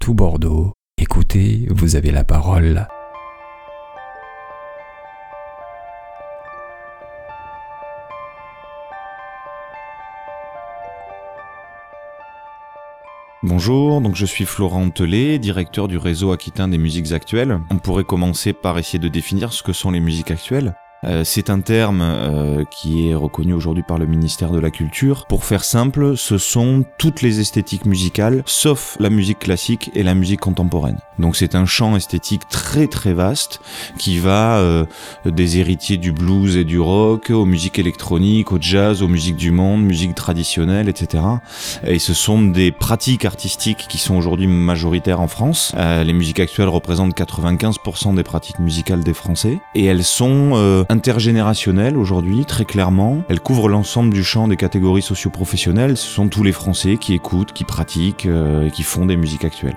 tout Bordeaux. Écoutez, vous avez la parole. Bonjour, donc je suis Florent Telet, directeur du réseau Aquitain des musiques actuelles. On pourrait commencer par essayer de définir ce que sont les musiques actuelles. C'est un terme qui est reconnu aujourd'hui par le ministère de la Culture. Pour faire simple, ce sont toutes les esthétiques musicales, sauf la musique classique et la musique contemporaine. Donc c'est un champ esthétique très très vaste qui va des héritiers du blues et du rock, aux musiques électroniques, au jazz, aux musiques du monde, musique traditionnelle, etc. Et ce sont des pratiques artistiques qui sont aujourd'hui majoritaires en France. Les musiques actuelles représentent 95% des pratiques musicales des Français. Et elles sont intergénérationnelles aujourd'hui, très clairement. Elles couvrent l'ensemble du champ des catégories socio-professionnelles. Ce sont tous les Français qui écoutent, qui pratiquent et qui font des musiques actuelles.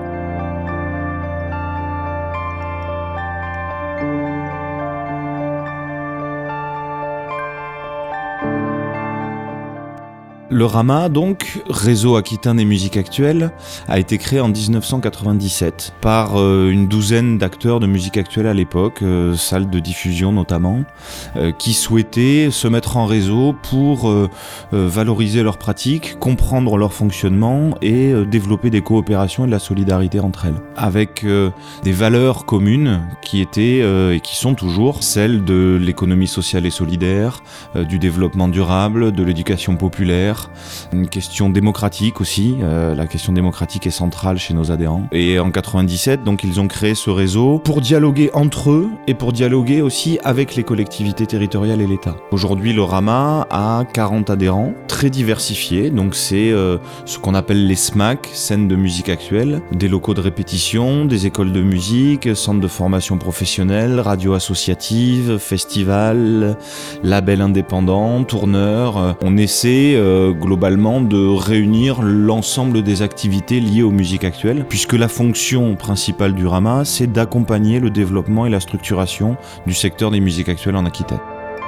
Le RAMA, donc, Réseau Aquitain des musiques actuelles, a été créé en 1997 par une douzaine d'acteurs de musique actuelle à l'époque, salles de diffusion notamment, qui souhaitaient se mettre en réseau pour valoriser leurs pratiques, comprendre leur fonctionnement et développer des coopérations et de la solidarité entre elles. Avec des valeurs communes qui étaient et qui sont toujours celles de l'économie sociale et solidaire, du développement durable, de l'éducation populaire, une question démocratique aussi, la question démocratique est centrale chez nos adhérents. Et en 97, donc ils ont créé ce réseau pour dialoguer entre eux et pour dialoguer aussi avec les collectivités territoriales et l'État. Aujourd'hui, le RAMA a 40 adhérents, très diversifiés, donc c'est ce qu'on appelle les SMAC, scènes de musique actuelle, des locaux de répétition, des écoles de musique, centres de formation professionnelle, radio associative, festivals, labels indépendants, tourneurs. On essaie globalement de réunir l'ensemble des activités liées aux musiques actuelles, puisque la fonction principale du RAMA, c'est d'accompagner le développement et la structuration du secteur des musiques actuelles en Aquitaine.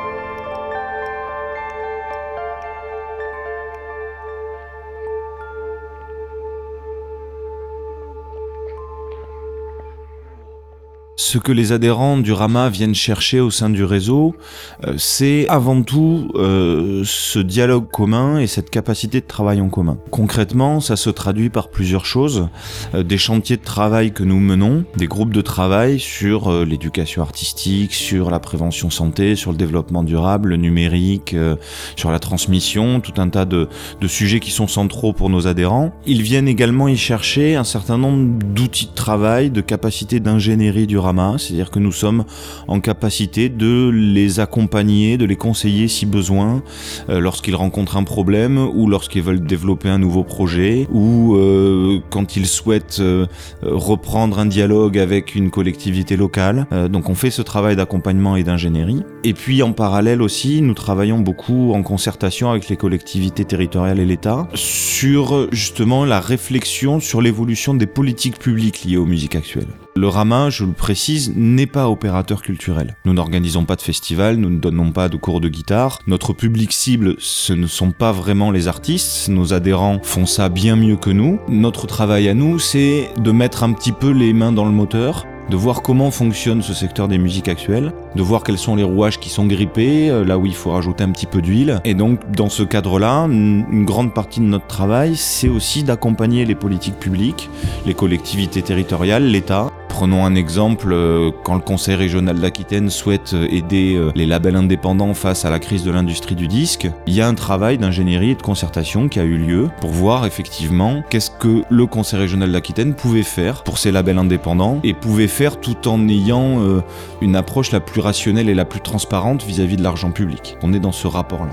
Ce que les adhérents du RAMA viennent chercher au sein du réseau, c'est avant tout ce dialogue commun et cette capacité de travail en commun. Concrètement, ça se traduit par plusieurs choses. Des chantiers de travail que nous menons, des groupes de travail sur l'éducation artistique, sur la prévention santé, sur le développement durable, le numérique, sur la transmission, tout un tas de sujets qui sont centraux pour nos adhérents. Ils viennent également y chercher un certain nombre d'outils de travail, de capacités d'ingénierie du RAMA, c'est-à-dire que nous sommes en capacité de les accompagner, de les conseiller si besoin, lorsqu'ils rencontrent un problème ou lorsqu'ils veulent développer un nouveau projet ou quand ils souhaitent reprendre un dialogue avec une collectivité locale. Donc on fait ce travail d'accompagnement et d'ingénierie. Et puis en parallèle aussi, nous travaillons beaucoup en concertation avec les collectivités territoriales et l'État sur justement la réflexion sur l'évolution des politiques publiques liées aux musiques actuelles. Le RAMA, je le précise, n'est pas opérateur culturel. Nous n'organisons pas de festival, nous ne donnons pas de cours de guitare. Notre public cible, ce ne sont pas vraiment les artistes. Nos adhérents font ça bien mieux que nous. Notre travail à nous, c'est de mettre un petit peu les mains dans le moteur, de voir comment fonctionne ce secteur des musiques actuelles, de voir quels sont les rouages qui sont grippés, là où il faut rajouter un petit peu d'huile. Et donc, dans ce cadre-là, une grande partie de notre travail, c'est aussi d'accompagner les politiques publiques, les collectivités territoriales, l'État. Prenons un exemple, quand le Conseil régional d'Aquitaine souhaite aider les labels indépendants face à la crise de l'industrie du disque, il y a un travail d'ingénierie et de concertation qui a eu lieu pour voir effectivement qu'est-ce que le Conseil régional d'Aquitaine pouvait faire pour ces labels indépendants et pouvait faire tout en ayant une approche la plus rationnelle et la plus transparente vis-à-vis de l'argent public. On est dans ce rapport-là.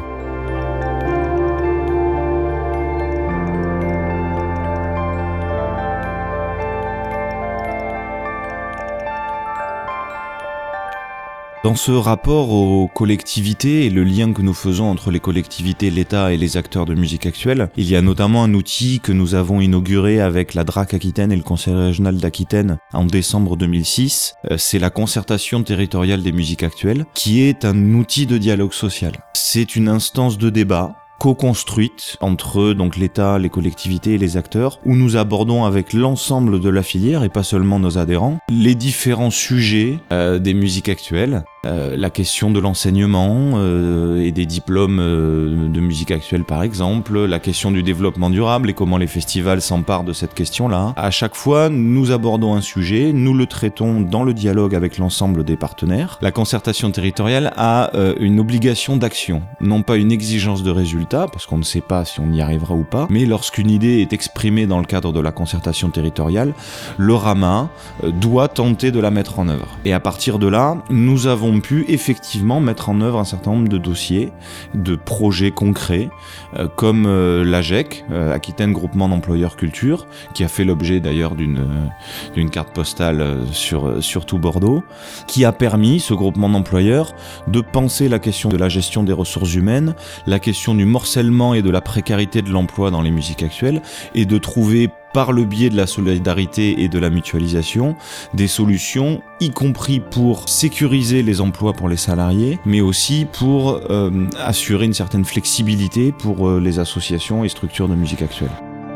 Dans ce rapport aux collectivités et le lien que nous faisons entre les collectivités, l'État et les acteurs de musique actuelle, il y a notamment un outil que nous avons inauguré avec la DRAC Aquitaine et le Conseil régional d'Aquitaine en décembre 2006. C'est la concertation territoriale des musiques actuelles, qui est un outil de dialogue social. C'est une instance de débat co-construite entre donc l'État, les collectivités et les acteurs, où nous abordons avec l'ensemble de la filière et pas seulement nos adhérents les différents sujets des musiques actuelles. La question de l'enseignement et des diplômes de musique actuelle par exemple, la question du développement durable et comment les festivals s'emparent de cette question-là. À chaque fois, nous abordons un sujet, nous le traitons dans le dialogue avec l'ensemble des partenaires. La concertation territoriale a une obligation d'action, non pas une exigence de résultat, parce qu'on ne sait pas si on y arrivera ou pas, mais lorsqu'une idée est exprimée dans le cadre de la concertation territoriale, le RAMA doit tenter de la mettre en œuvre. Et à partir de là, nous avons pu effectivement mettre en œuvre un certain nombre de dossiers, de projets concrets, comme l'AGEC, Aquitaine Groupement d'Employeurs Culture, qui a fait l'objet d'ailleurs d'une carte postale sur tout Bordeaux, qui a permis, ce groupement d'employeurs, de penser la question de la gestion des ressources humaines, la question du morcellement et de la précarité de l'emploi dans les musiques actuelles, et de trouver par le biais de la solidarité et de la mutualisation, des solutions, y compris pour sécuriser les emplois pour les salariés, mais aussi pour assurer une certaine flexibilité pour les associations et structures de musique actuelle.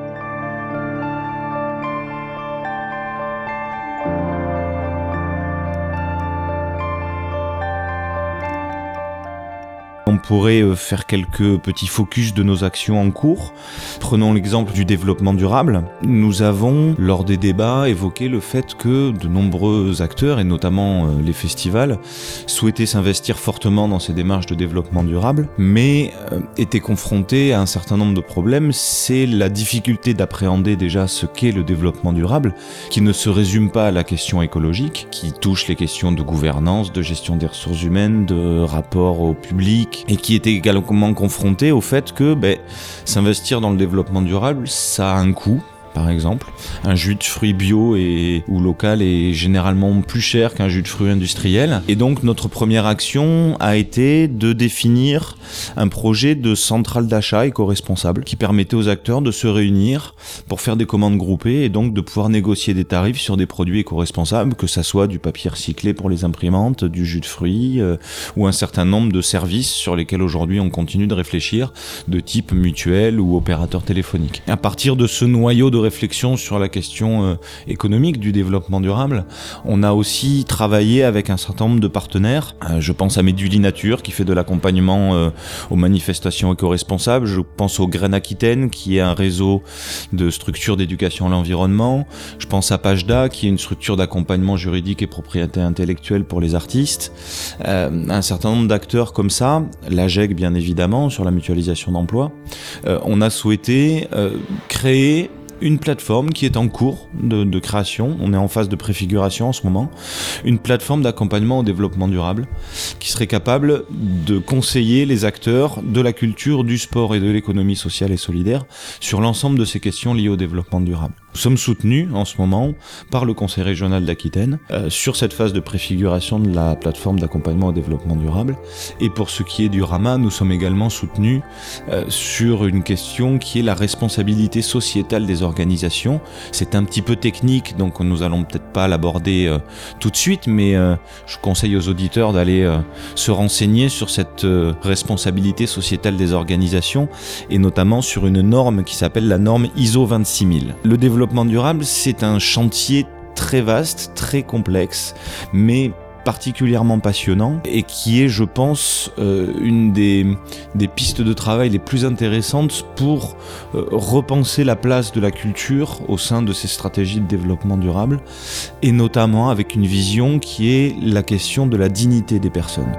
On pourrait faire quelques petits focus de nos actions en cours. Prenons l'exemple du développement durable. Nous avons, lors des débats, évoqué le fait que de nombreux acteurs, et notamment les festivals, souhaitaient s'investir fortement dans ces démarches de développement durable, mais étaient confrontés à un certain nombre de problèmes. C'est la difficulté d'appréhender déjà ce qu'est le développement durable, qui ne se résume pas à la question écologique, qui touche les questions de gouvernance, de gestion des ressources humaines, de rapport au public, et qui était également confronté au fait que s'investir dans le développement durable, ça a un coût. Par exemple, un jus de fruits bio ou local est généralement plus cher qu'un jus de fruits industriel. Et donc notre première action a été de définir un projet de centrale d'achat éco-responsable qui permettait aux acteurs de se réunir pour faire des commandes groupées et donc de pouvoir négocier des tarifs sur des produits éco-responsables, que ça soit du papier recyclé pour les imprimantes, du jus de fruits ou un certain nombre de services sur lesquels aujourd'hui on continue de réfléchir, de type mutuelle ou opérateur téléphonique. À partir de ce noyau de réflexion sur la question économique du développement durable, on a aussi travaillé avec un certain nombre de partenaires. Je pense à Méduli Nature qui fait de l'accompagnement aux manifestations éco-responsables. Je pense au Graines Aquitaine qui est un réseau de structures d'éducation à l'environnement. Je pense à Pajda qui est une structure d'accompagnement juridique et propriété intellectuelle pour les artistes. Un certain nombre d'acteurs comme ça, l'AGEC bien évidemment sur la mutualisation d'emploi. On a souhaité créer une plateforme qui est en cours de création, on est en phase de préfiguration en ce moment, une plateforme d'accompagnement au développement durable qui serait capable de conseiller les acteurs de la culture, du sport et de l'économie sociale et solidaire sur l'ensemble de ces questions liées au développement durable. Nous sommes soutenus en ce moment par le Conseil régional d'Aquitaine sur cette phase de préfiguration de la plateforme d'accompagnement au développement durable, et pour ce qui est du RAMA, nous sommes également soutenus sur une question qui est la responsabilité sociétale des organisations. C'est un petit peu technique, donc nous allons peut-être pas l'aborder tout de suite, mais je conseille aux auditeurs d'aller se renseigner sur cette responsabilité sociétale des organisations, et notamment sur une norme qui s'appelle la norme ISO 26000. Le développement durable, c'est un chantier très vaste, très complexe, mais particulièrement passionnant et qui est, je pense, une des pistes de travail les plus intéressantes pour repenser la place de la culture au sein de ces stratégies de développement durable, et notamment avec une vision qui est la question de la dignité des personnes.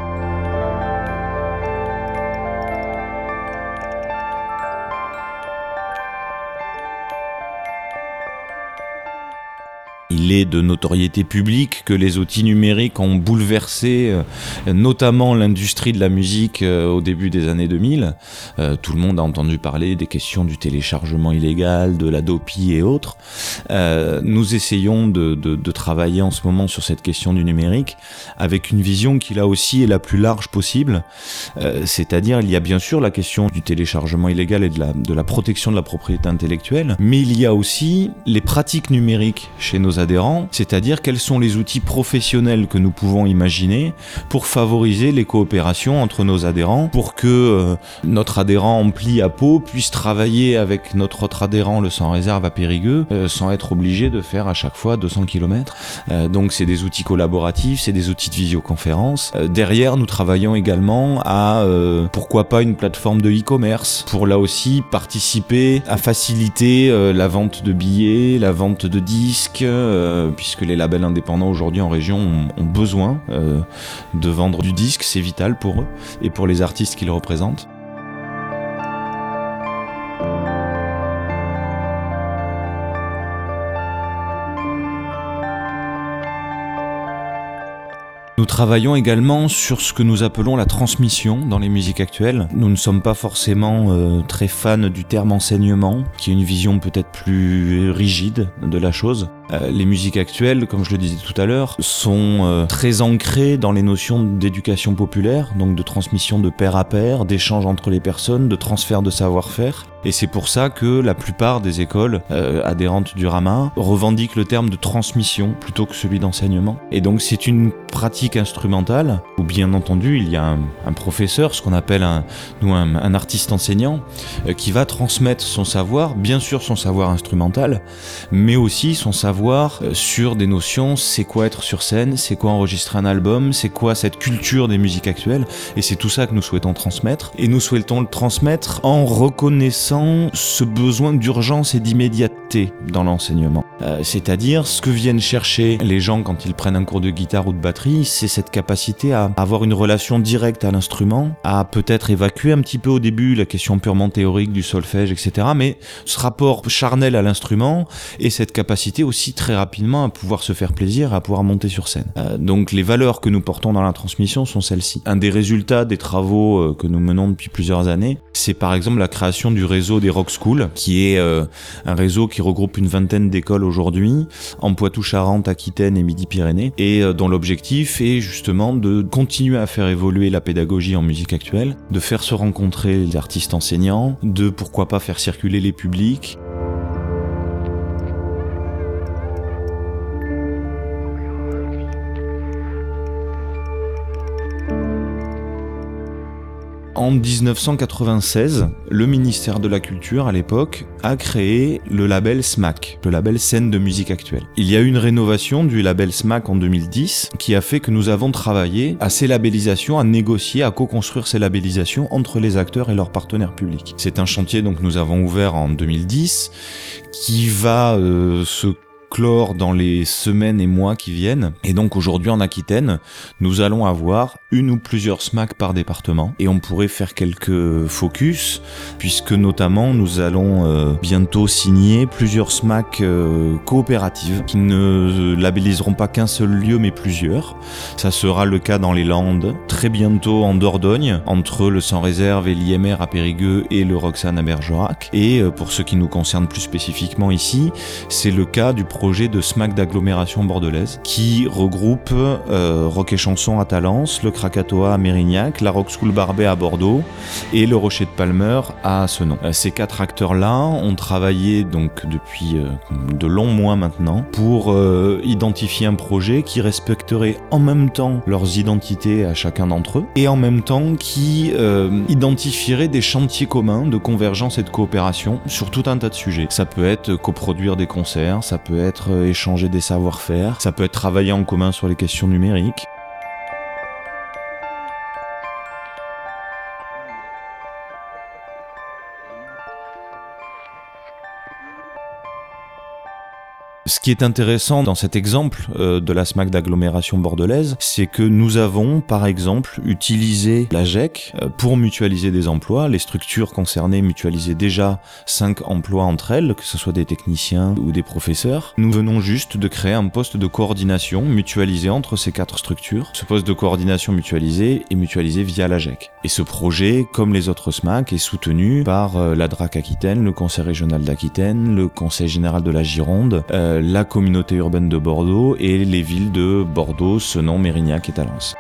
Il est de notoriété publique que les outils numériques ont bouleversé notamment l'industrie de la musique au début des années 2000. Tout le monde a entendu parler des questions du téléchargement illégal, de l'Adopi et autres. Nous essayons de travailler en ce moment sur cette question du numérique avec une vision qui là aussi est la plus large possible. C'est-à-dire, il y a bien sûr la question du téléchargement illégal et de la protection de la propriété intellectuelle, mais il y a aussi les pratiques numériques chez nos adhérents, c'est-à-dire quels sont les outils professionnels que nous pouvons imaginer pour favoriser les coopérations entre nos adhérents, pour que notre adhérent Ampli à Pau puisse travailler avec notre autre adhérent, le Sans Réserve à Périgueux, sans être obligé de faire à chaque fois 200 km. Donc c'est des outils collaboratifs, c'est des outils de visioconférence. Derrière, nous travaillons également à, pourquoi pas, une plateforme de e-commerce, pour là aussi participer à faciliter la vente de billets, la vente de disques, puisque les labels indépendants aujourd'hui en région ont besoin de vendre du disque, c'est vital pour eux et pour les artistes qu'ils représentent. Nous travaillons également sur ce que nous appelons la transmission dans les musiques actuelles. Nous ne sommes pas forcément très fans du terme enseignement, qui est une vision peut-être plus rigide de la chose. Les musiques actuelles, comme je le disais tout à l'heure, sont très ancrées dans les notions d'éducation populaire, donc de transmission de pair à pair, d'échange entre les personnes, de transfert de savoir-faire. Et c'est pour ça que la plupart des écoles adhérentes du RAMA revendiquent le terme de transmission plutôt que celui d'enseignement. Et donc c'est une pratique instrumentale où bien entendu il y a un professeur, ce qu'on appelle un artiste enseignant, qui va transmettre son savoir, bien sûr son savoir instrumental, mais aussi son savoir sur des notions, c'est quoi être sur scène, c'est quoi enregistrer un album, c'est quoi cette culture des musiques actuelles, et c'est tout ça que nous souhaitons transmettre. Et nous souhaitons le transmettre en reconnaissant ce besoin d'urgence et d'immédiateté dans l'enseignement. C'est-à-dire, ce que viennent chercher les gens quand ils prennent un cours de guitare ou de batterie, c'est cette capacité à avoir une relation directe à l'instrument, à peut-être évacuer un petit peu au début la question purement théorique du solfège, etc. Mais ce rapport charnel à l'instrument et cette capacité aussi très rapidement à pouvoir se faire plaisir, à pouvoir monter sur scène. Donc les valeurs que nous portons dans la transmission sont celles-ci. Un des résultats des travaux que nous menons depuis plusieurs années, c'est par exemple la création du réseau des Rock Schools, qui est un réseau qui regroupe une vingtaine d'écoles aujourd'hui, en Poitou-Charentes, Aquitaine et Midi-Pyrénées, et dont l'objectif est justement de continuer à faire évoluer la pédagogie en musique actuelle, de faire se rencontrer les artistes enseignants, de pourquoi pas faire circuler les publics. En 1996, le ministère de la Culture, à l'époque, a créé le label SMAC, le label Scène de musique actuelle. Il y a eu une rénovation du label SMAC en 2010 qui a fait que nous avons travaillé à ces labellisations, à négocier, à co-construire ces labellisations entre les acteurs et leurs partenaires publics. C'est un chantier donc que nous avons ouvert en 2010 qui va se clore dans les semaines et mois qui viennent. Et donc aujourd'hui en Aquitaine, nous allons avoir une ou plusieurs SMAC par département et on pourrait faire quelques focus puisque notamment nous allons bientôt signer plusieurs SMAC coopératives qui ne labelliseront pas qu'un seul lieu mais plusieurs. Ça sera le cas dans les Landes, très bientôt en Dordogne, entre le Sans Réserve et l'IMR à Périgueux et le Roxane à Bergerac. Et pour ce qui nous concerne plus spécifiquement ici, c'est le cas du projet de SMAC d'agglomération bordelaise qui regroupe Rock et Chanson à Talence, le Krakatoa à Mérignac, la Rock School Barbet à Bordeaux et le Rocher de Palmer à Senon. Ces quatre acteurs-là ont travaillé donc depuis de longs mois maintenant pour identifier un projet qui respecterait en même temps leurs identités à chacun d'entre eux et en même temps qui identifierait des chantiers communs de convergence et de coopération sur tout un tas de sujets. Ça peut être coproduire des concerts, ça peut être échanger des savoir-faire, ça peut être travailler en commun sur les questions numériques. Ce qui est intéressant dans cet exemple de la SMAC d'agglomération bordelaise, c'est que nous avons, par exemple, utilisé la GEC pour mutualiser des emplois. Les structures concernées mutualisaient déjà 5 emplois entre elles, que ce soit des techniciens ou des professeurs. Nous venons juste de créer un poste de coordination mutualisé entre ces 4 structures. Ce poste de coordination mutualisé est mutualisé via la GEC. Et ce projet, comme les autres SMAC, est soutenu par la DRAC Aquitaine, le Conseil régional d'Aquitaine, le Conseil général de la Gironde, la communauté urbaine de Bordeaux et les villes de Bordeaux, Senon, Mérignac et Talence.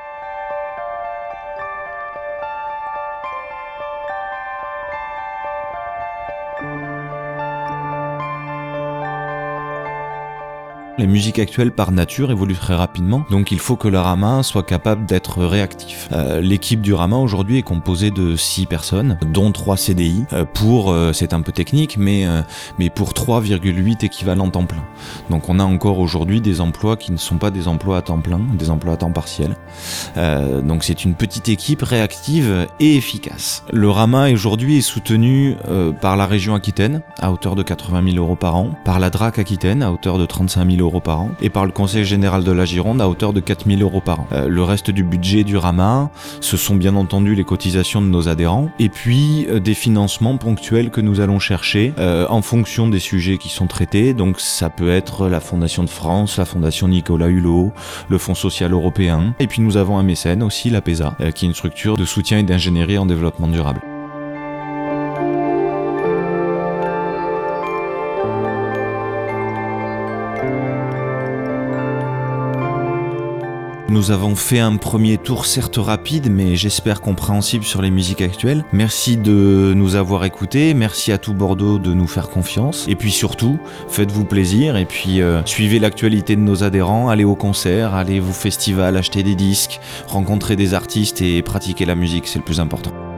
Les musiques actuelles par nature évoluent très rapidement, donc il faut que le Rama soit capable d'être réactif. L'équipe du Rama aujourd'hui est composée de 6 personnes, dont 3 CDI, c'est un peu technique, mais pour 3,8 équivalents temps plein. Donc on a encore aujourd'hui des emplois qui ne sont pas des emplois à temps plein, des emplois à temps partiel. Donc c'est une petite équipe réactive et efficace. Le Rama aujourd'hui est soutenu par la région Aquitaine, à hauteur de 80 000 € par an, par la DRAC Aquitaine, à hauteur de 35 000 € par an, et par le Conseil général de la Gironde à hauteur de 4 000 € par an. Le reste du budget du Rama, ce sont bien entendu les cotisations de nos adhérents, et puis des financements ponctuels que nous allons chercher en fonction des sujets qui sont traités. Donc ça peut être la Fondation de France, la Fondation Nicolas Hulot, le Fonds social européen, et puis nous avons un mécène aussi, l'APESA, qui est une structure de soutien et d'ingénierie en développement durable. Nous avons fait un premier tour certes rapide, mais j'espère compréhensible sur les musiques actuelles. Merci de nous avoir écoutés, merci à tout Bordeaux de nous faire confiance. Et puis surtout, faites-vous plaisir et puis suivez l'actualité de nos adhérents, allez au concert, allez au festival, achetez des disques, rencontrez des artistes et pratiquez la musique, c'est le plus important.